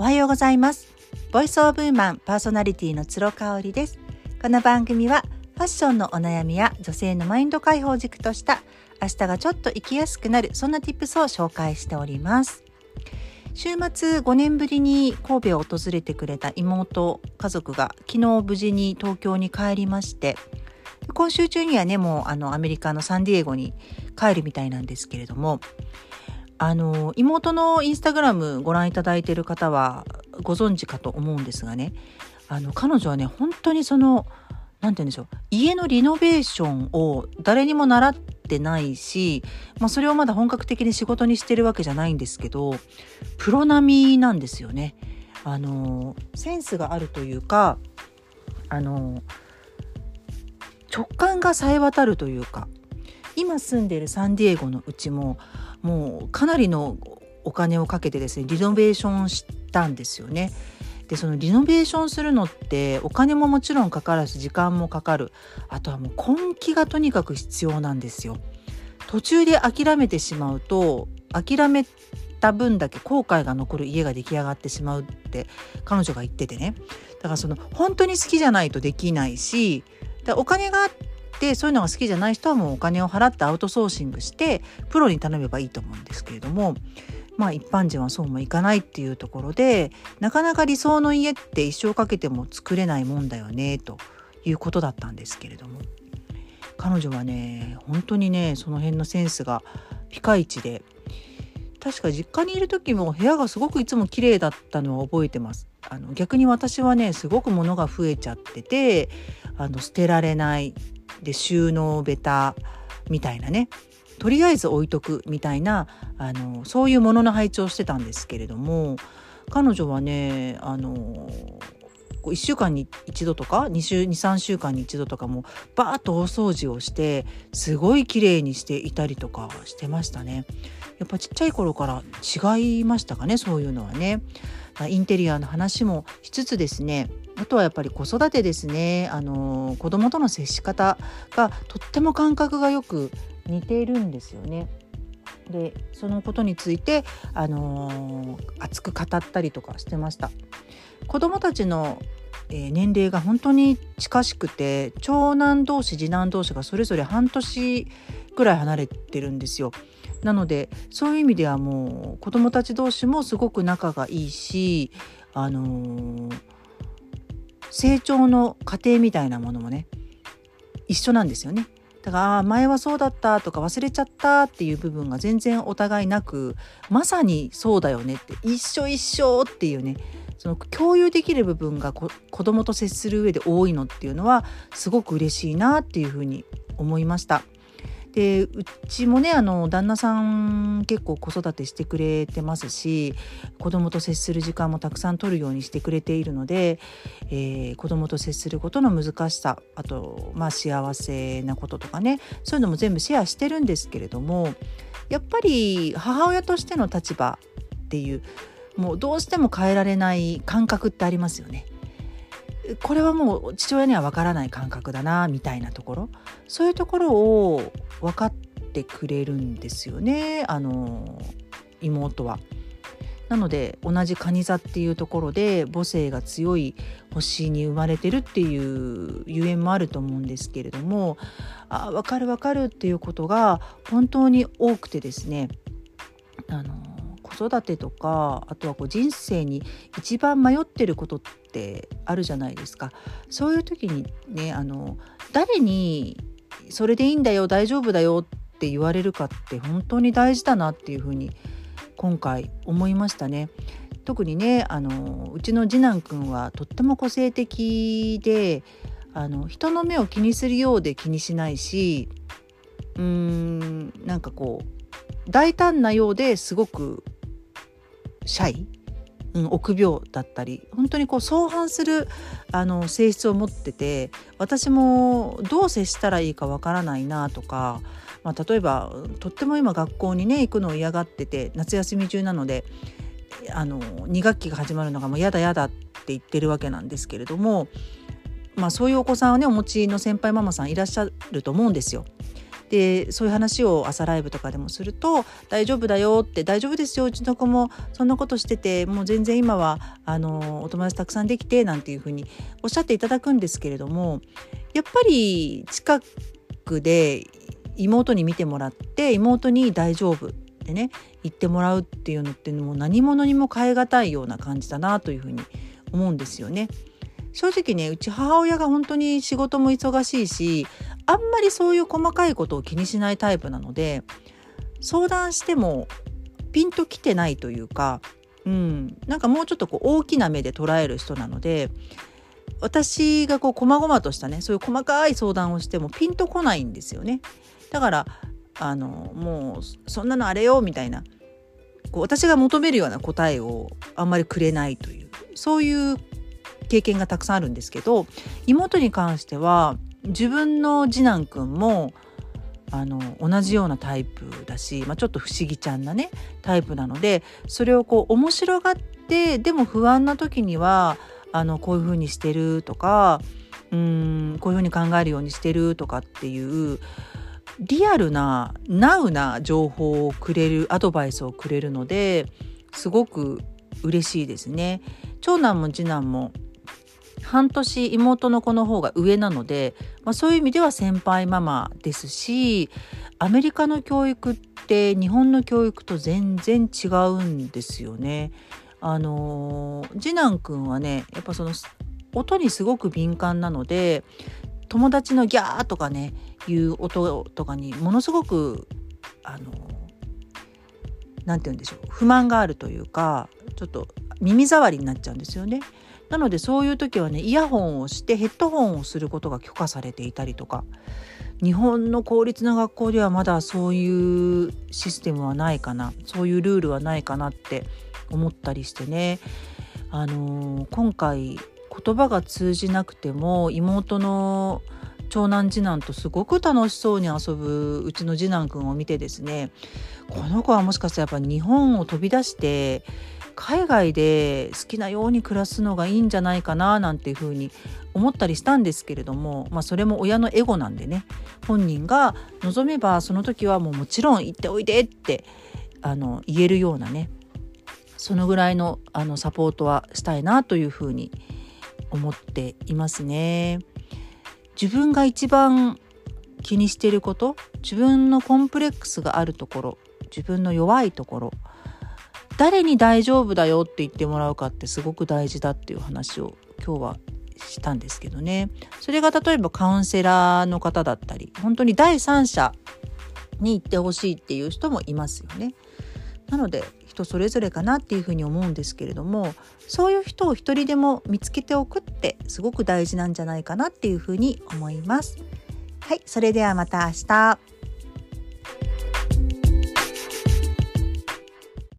おはようございます。ボイスオブウーマンパーソナリティの鶴香織です。この番組はファッションのお悩みや女性のマインド解放を軸とした明日がちょっと生きやすくなる、そんな tips を紹介しております。週末5年ぶりに神戸を訪れてくれた妹家族が昨日無事に東京に帰りまして、今週中にはねもうアメリカのサンディエゴに帰るみたいなんですけれども、妹のインスタグラムご覧いただいている方はご存知かと思うんですがね、彼女はね本当になんて言うんでしょう、家のリノベーションを誰にも習ってないし、それをまだ本格的に仕事にしてるわけじゃないんですけど、プロ並みなんですよね。センスがあるというか、直感が冴え渡るというか、今住んでいるサンディエゴのうちもうかなりのお金をかけてですねリノベーションしたんですよね。でそのリノベーションするのってお金ももちろんかかるし時間もかかる。あとはもう根気がとにかく必要なんですよ。途中で諦めてしまうと、諦めた分だけ後悔が残る家が出来上がってしまうって彼女が言っててね。だから本当に好きじゃないとできないし、お金があってそういうのが好きじゃない人はもうお金を払ってアウトソーシングしてプロに頼めばいいと思うんですけれども、一般人はそうもいかないっていうところで、なかなか理想の家って一生かけても作れないもんだよねということだったんですけれども、彼女はね本当にねその辺のセンスがピカイチで、確か実家にいる時も部屋がすごくいつも綺麗だったのは覚えてます。逆に私はねすごく物が増えちゃってて、捨てられないで収納ベタみたいなね、とりあえず置いとくみたいなそういうものの配置をしてたんですけれども、彼女はね1週間に1度とか2、3週間に1度とかもバーッと大掃除をしてすごい綺麗にしていたりとかしてましたね。やっぱちっちゃい頃から違いましたかね、そういうのはね。インテリアの話もしつつですね、あとはやっぱり子育てですね。子供との接し方がとっても感覚がよく似ているんですよね。でそのことについて、熱く語ったりとかしてました。子供たちの、年齢が本当に近しくて、長男同士次男同士がそれぞれ半年くらい離れてるんですよ。なのでそういう意味ではもう子供たち同士もすごく仲がいいし、成長の過程みたいなものもね一緒なんですよね。だから前はそうだったとか忘れちゃったっていう部分が全然お互いなく、まさにそうだよねって、一緒一緒っていうね、その共有できる部分が子供と接する上で多いのっていうのはすごく嬉しいなっていうふうに思いました。でうちもね旦那さん結構子育てしてくれてますし、子供と接する時間もたくさん取るようにしてくれているので、子供と接することの難しさ、あと幸せなこととかね、そういうのも全部シェアしてるんですけれども、やっぱり母親としての立場っていうもうどうしても変えられない感覚ってありますよね。これはもう父親には分からない感覚だなみたいなところ、そういうところを分かってくれるんですよね、妹は。なので同じ蟹座っていうところで母性が強い星に生まれてるっていうゆえんもあると思うんですけれども、分かる分かるっていうことが本当に多くてですね、子育てとか、あとは人生に一番迷ってることってあるじゃないですか。そういう時にね誰にそれでいいんだよ大丈夫だよって言われるかって本当に大事だなっていうふうに今回思いましたね。特にねうちの次男くんはとっても個性的で、人の目を気にするようで気にしないし、なんか大胆なようですごくシャイ、臆病だったり、本当に相反する性質を持ってて、私もどう接したらいいかわからないなとか、例えばとっても今学校にね行くのを嫌がってて、夏休み中なので2学期が始まるのがもうやだやだって言ってるわけなんですけれども、そういうお子さんをねお持ちの先輩ママさんいらっしゃると思うんですよ。 でそういう話を朝ライブとかでもすると、大丈夫だよって、大丈夫ですよ、うちの子もそんなことしてて、もう全然今はお友達たくさんできてなんていうふうにおっしゃっていただくんですけれども、やっぱり近くで妹に見てもらって、妹に大丈夫ってね言ってもらうっていうのってもう何者にも代え難いような感じだなというふうに思うんですよね。正直ね、うち母親が本当に仕事も忙しいし、あんまりそういう細かいことを気にしないタイプなので、相談してもピンときてないというか、なんかもうちょっと大きな目で捉える人なので、私が細々としたね、そういう細かい相談をしてもピンとこないんですよね。だからもうそんなのあれよみたいな、私が求めるような答えをあんまりくれないという、そういう経験がたくさんあるんですけど、妹に関しては自分の次男くんも同じようなタイプだし、ちょっと不思議ちゃんなねタイプなので、それを面白がって、でも不安な時にはこういう風にしてるとか、こういう風に考えるようにしてるとかっていうリアルなナウな情報をくれる、アドバイスをくれるので、すごく嬉しいですね。長男も次男も半年妹の子の方が上なので、そういう意味では先輩ママですし、アメリカの教育って日本の教育と全然違うんですよね。次男くんはね、やっぱその音にすごく敏感なので、友達のギャーとかねいう音とかにものすごくなんて言うんでしょう、不満があるというか、ちょっと耳障りになっちゃうんですよね。なのでそういう時はね、イヤホンをしてヘッドホンをすることが許可されていたりとか、日本の公立の学校ではまだそういうシステムはないかな、そういうルールはないかなって思ったりしてね、今回言葉が通じなくても妹の長男次男とすごく楽しそうに遊ぶうちの次男くんを見てですね、この子はもしかしたらやっぱ日本を飛び出して海外で好きなように暮らすのがいいんじゃないかななんていうふうに思ったりしたんですけれども、それも親のエゴなんでね、本人が望めばその時はもちろん行っておいでって言えるようなね、そのぐらいのサポートはしたいなというふうに思っていますね。自分が一番気にしていること、自分のコンプレックスがあるところ、自分の弱いところ、誰に大丈夫だよって言ってもらうかってすごく大事だっていう話を今日はしたんですけどね。それが例えばカウンセラーの方だったり、本当に第三者に言ってほしいっていう人もいますよね。なので人それぞれかなっていうふうに思うんですけれども、そういう人を一人でも見つけておくってすごく大事なんじゃないかなっていうふうに思います。はい、それではまた明日。